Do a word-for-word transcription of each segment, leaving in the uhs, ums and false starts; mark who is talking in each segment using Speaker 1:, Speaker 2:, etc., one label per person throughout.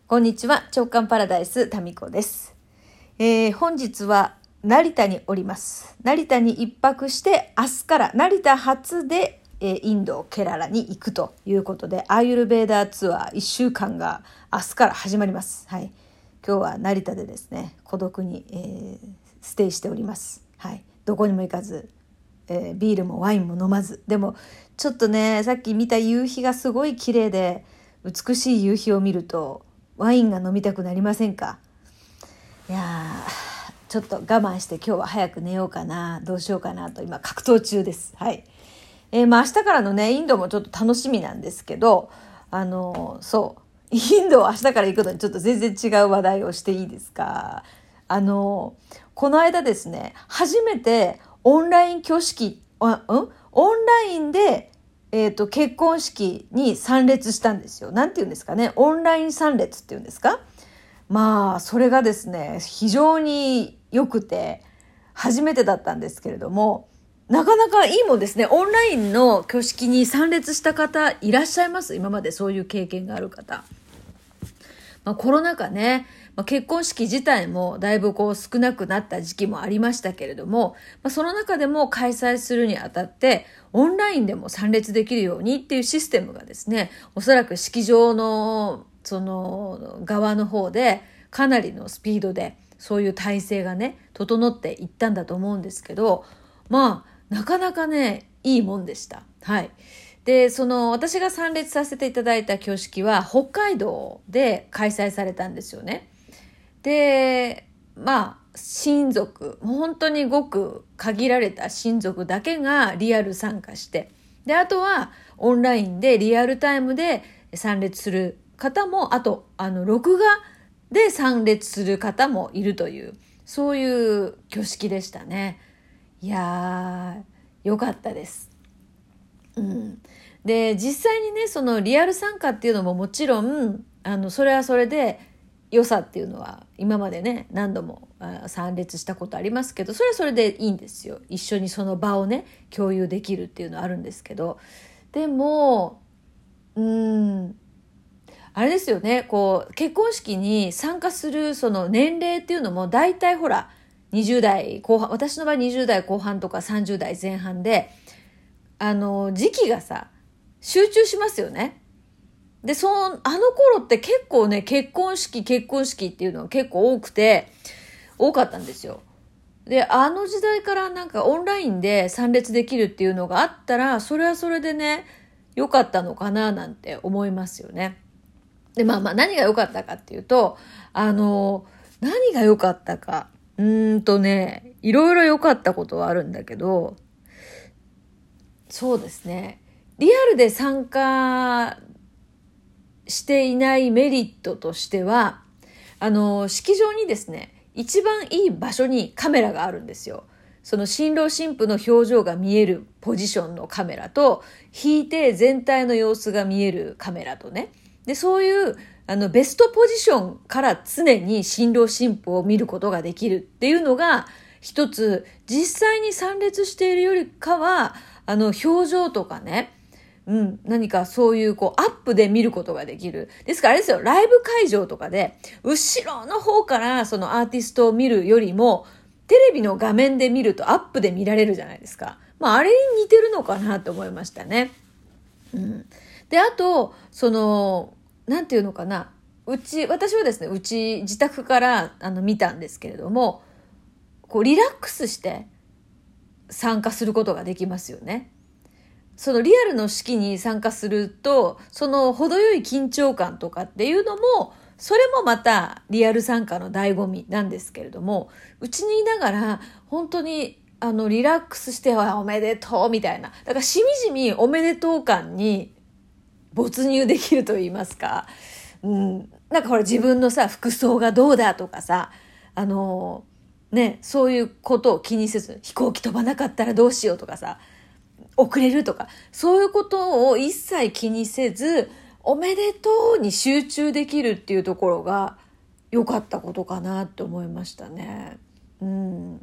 Speaker 1: こんにちは、直感パラダイスタミコです、えー、本日は成田におります。成田に一泊して明日から成田発で、えー、インドケララに行くということで、アーユルベーダーツアーいっしゅうかんが明日から始まります。はい、今日は成田でですね、孤独に、えー、ステイしております。はい、どこにも行かず、えー、ビールもワインも飲まず、でもちょっとね、さっき見た夕日がすごい綺麗で、美しい夕日を見るとワインが飲みたくなりませんか？いやー、ちょっと我慢して今日は早く寝ようかな、どうしようかなと今格闘中です。はい、えー、まあ明日からのねインドもちょっと楽しみなんですけど、あのー、そうインドを明日から行くのにちょっと全然違う話題をしていいですか？あのー、この間ですね、初めてオンライン挙式、あ、うん、オンラインでえーと、結婚式に参列したんですよ。なんて言うんですかね、オンライン参列っていうんですか。まあそれがですね、非常に良くて初めてだったんですけれども、なかなかいいもんですね。オンラインの挙式に参列した方いらっしゃいます？今までそういう経験がある方。まあ、コロナ禍ね、まあ、結婚式自体もだいぶこう少なくなった時期もありましたけれども、まあ、その中でも開催するにあたってオンラインでも参列できるようにっていうシステムがですね、おそらく式場のその側の方でかなりのスピードでそういう体制がね整っていったんだと思うんですけど、まあなかなかねいいもんでした。はい。で、その私が参列させていただいた挙式は北海道で開催されたんですよね。で、まあ親族、本当にごく限られた親族だけがリアル参加して、であとはオンラインでリアルタイムで参列する方も、あとあの録画で参列する方もいるという、そういう挙式でしたね。いやー、よかったです。うん、で実際にね、そのリアル参加っていうのももちろんあのそれはそれで良さっていうのは今までね何度も参列したことありますけど、それはそれでいいんですよ。一緒にその場をね共有できるっていうのはあるんですけど、でもうーんあれですよね、こう結婚式に参加するその年齢っていうのも大体ほらにじゅう代後半、私の場合にじゅう代後半とかさんじゅう代前半で、あの時期がさ集中しますよね。でそのあの頃って結構ね、結婚式結婚式っていうのが結構多くて多かったんですよ。であの時代からなんかオンラインで参列できるっていうのがあったら、それはそれでね良かったのかななんて思いますよね。でまあまあ何が良かったかっていうと、あの何が良かったかうーんとねいろいろ良かったことはあるんだけど、そうですね、リアルで参加していないメリットとしては、あの式場にですね一番いい場所にカメラがあるんですよ。その新郎新婦の表情が見えるポジションのカメラと、引いて全体の様子が見えるカメラとね、でそういうあのベストポジションから常に新郎新婦を見ることができるっていうのが一つ、実際に参列しているよりかはあの表情とかね、うん、何かそういうこうアップで見ることができる。ですからあれですよ、ライブ会場とかで後ろの方からそのアーティストを見るよりもテレビの画面で見るとアップで見られるじゃないですか。まああれに似てるのかなと思いましたね。うん、であとそのなんていうのかな、うち私はですね、うち自宅からあの見たんですけれども、こうリラックスして参加することができますよね。そのリアルの式に参加すると、その程よい緊張感とかっていうのも、それもまたリアル参加の醍醐味なんですけれども、うちにいながら本当にあのリラックスしてはおめでとうみたいな、だからしみじみおめでとう感に没入できると言いますか、うん、なんかほら自分のさ服装がどうだとかさ、あのね、そういうことを気にせず、飛行機飛ばなかったらどうしようとかさ、遅れるとか、そういうことを一切気にせずおめでとうに集中できるっていうところが良かったことかなって思いましたね。うん、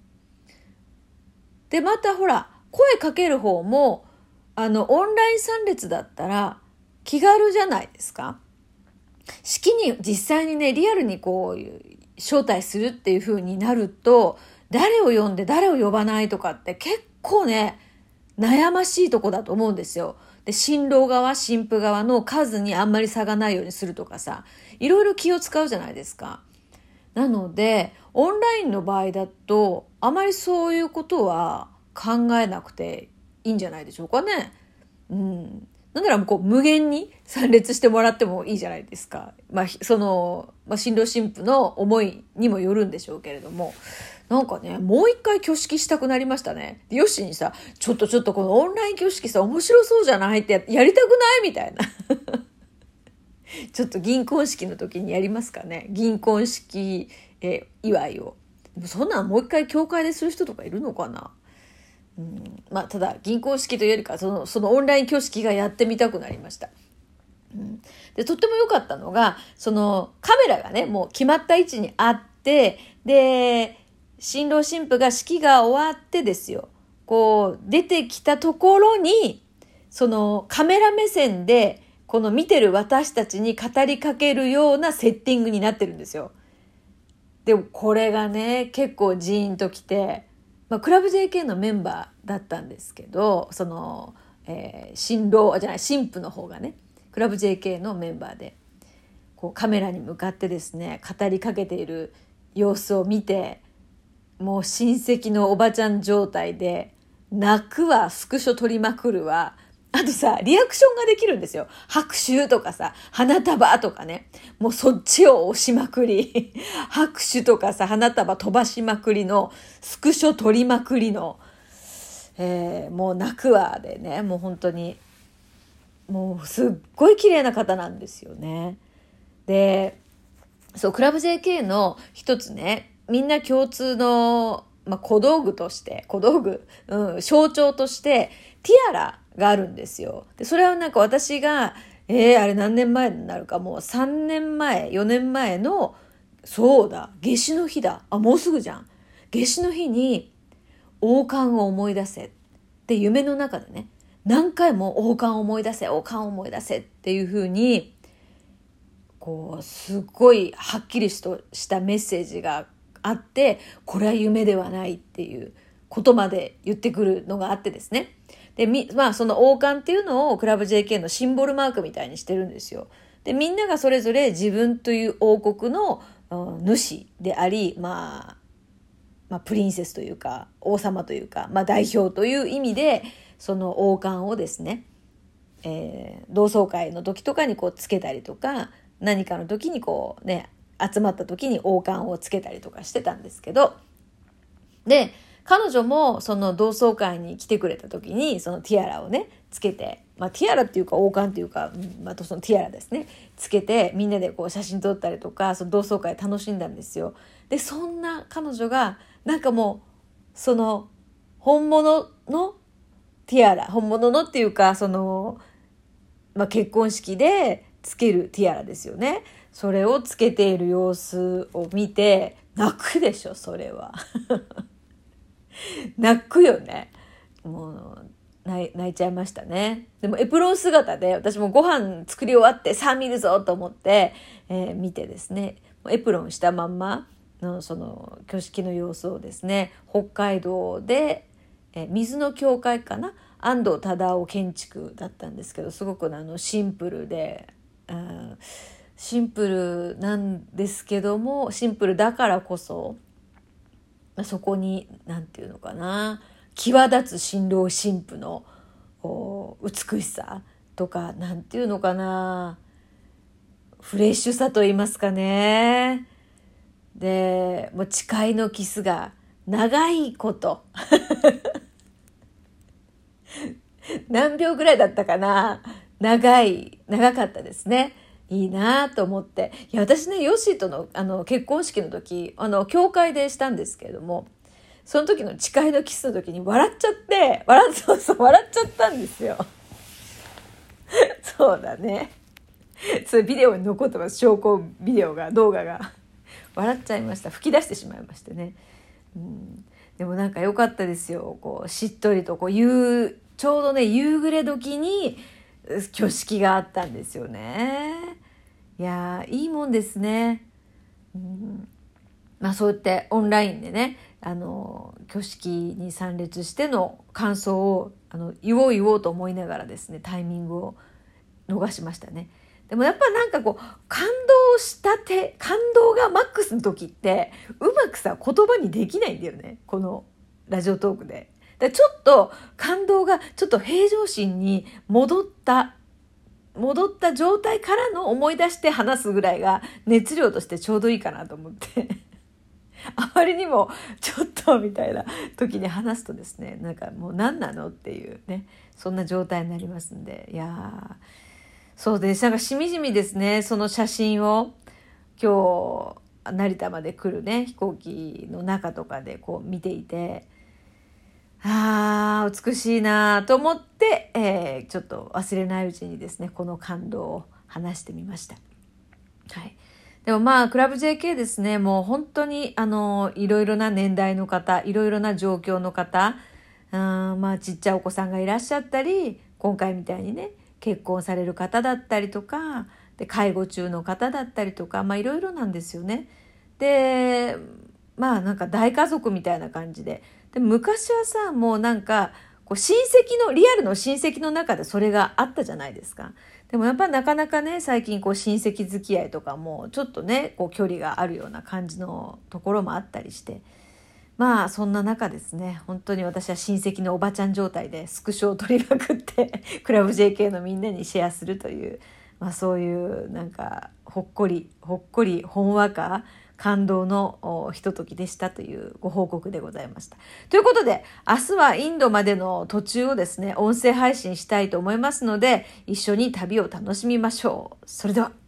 Speaker 1: でまたほら声かける方もあのオンライン参列だったら気軽じゃないですか。 式に実際にね、リアルにこう、招待するっていう風になると、誰を呼んで誰を呼ばないとかって結構ね、悩ましいとこだと思うんですよ。で、新郎側、新婦側の数にあんまり差がないようにするとかさ、いろいろ気を使うじゃないですか。なので、オンラインの場合だと、あまりそういうことは考えなくていいんじゃないでしょうかね。うん。なんならこう無限に参列してもらってもいいじゃないですか。まあ、その、まあ、新郎新婦の思いにもよるんでしょうけれども、なんかね、もう一回挙式したくなりましたね。ヨッシーにさ、ちょっとちょっとこのオンライン挙式さ、面白そうじゃないってや、やりたくないみたいな。ちょっと銀婚式の時にやりますかね。銀婚式、え祝いを。でもそんなんもう一回教会でする人とかいるのかな。うん、まあただ銀婚式というよりかそのそのオンライン挙式がやってみたくなりました。うん、でとっても良かったのがそのカメラがねもう決まった位置にあってで新郎新婦が式が終わってですよこう出てきたところにそのカメラ目線でこの見てる私たちに語りかけるようなセッティングになってるんですよ。でもこれがね結構ジーンときて、まあ、クラブ ジェーケー のメンバーだったんですけどその、えー、新郎じゃない新婦の方がねクラブ ジェーケー のメンバーでこうカメラに向かってですね語りかけている様子を見てもう親戚のおばちゃん状態で泣くわスクショ撮りまくるわあとさリアクションができるんですよ。拍手とかさ花束とかねもうそっちを押しまくり拍手とかさ花束飛ばしまくりのスクショ撮りまくりの、えー、もう泣くわでねもう本当にもうすっごい綺麗な方なんですよね。でそうクラブ ジェーケー の一つねみんな共通の、まあ、小道具として小道具、うん、象徴としてティアラがあるんですよ。でそれはなんか私がえー、あれ何年前になるかもうさんねんまえよねんまえのそうだ夏至の日だあもうすぐじゃん夏至の日に王冠を思い出せって夢の中でね何回も王冠を思い出せ王冠を思い出せっていう風にこうすっごいはっきりとしたメッセージがあってこれは夢ではないっていうことまで言ってくるのがあってですねでみ、まあ、その王冠っていうのをクラブ ジェーケー のシンボルマークみたいにしてるんですよ。でみんながそれぞれ自分という王国の、うん、主であり、まあ、まあプリンセスというか王様というか、まあ、代表という意味でその王冠をですね、えー、同窓会の時とかにこうつけたりとか何かの時にこうね集まった時に王冠をつけたりとかしてたんですけどで彼女もその同窓会に来てくれた時にそのティアラをねつけて、まあ、ティアラっていうか王冠っていうか、まあ、そのティアラですねつけてみんなでこう写真撮ったりとかその同窓会楽しんだんですよ。でそんな彼女がなんかもうその本物のティアラ本物のっていうかその、まあ、結婚式でつけるティアラですよね。それをつけている様子を見て泣くでしょそれは泣くよね。もう泣いちゃいましたね。でもエプロン姿で私もご飯作り終わってさあ見るぞと思って、えー、見てですねエプロンしたまんまのその挙式の様子をですね北海道で、えー、水の教会かな安藤忠雄建築だったんですけどすごくあのシンプルで、うん、シンプルなんですけどもシンプルだからこそそこになんていうのかな際立つ新郎新婦の美しさとかなんていうのかなフレッシュさと言いますかね。でもう誓いのキスが長いこと何秒ぐらいだったかな長い長かったですね。いいなと思っていや私ねヨッシーとの、あの結婚式の時あの教会でしたんですけれどもその時の誓いのキスの時に笑っちゃって笑っそうそう笑っちゃったんですよそうだねそれビデオに残ってます証拠ビデオが動画が笑っちゃいました吹き出してしまいましてね、うん、でもなんか良かったですよこうしっとりとこう夕ちょうどね夕暮れ時に挙式があったんですよね。 いやーいいもんですね。うんまあ、そうやってオンラインでねあの挙式に参列しての感想をあの言おう言おうと思いながらですねタイミングを逃しましたね。でもやっぱなんかこう感動したて感動がマックスの時ってうまくさ言葉にできないんだよね、このラジオトークで。だちょっと感動がちょっと平常心に戻った戻った状態からの思い出して話すぐらいが熱量としてちょうどいいかなと思ってあまりにもちょっとみたいな時に話すとですねなんかもう何なのっていうねそんな状態になりますんで、いやーそうです。なんかしみじみですねその写真を今日成田まで来るね飛行機の中とかでこう見ていて、あー美しいなと思って、えー、ちょっと忘れないうちにですねこの感動を話してみました。はい。でもまあクラブ ジェーケー ですねもう本当にあのいろいろな年代の方いろいろな状況の方、あまあちっちゃいお子さんがいらっしゃったり今回みたいにね結婚される方だったりとかで介護中の方だったりとかまあいろいろなんですよね。でまあなんか大家族みたいな感じでで昔はさもうなんかこう親戚のリアルの親戚の中でそれがあったじゃないですか。でもやっぱりなかなかね最近こう親戚付き合いとかもちょっとねこう距離があるような感じのところもあったりして、まあそんな中ですね本当に私は親戚のおばちゃん状態でスクショを取りまくってクラブ ジェーケー のみんなにシェアするという、まあ、そういうなんかほっこりほっこりほんわか感動のひとときでしたというご報告でございました。ということで明日はインドまでの途中をですね音声配信したいと思いますので一緒に旅を楽しみましょう。それでは。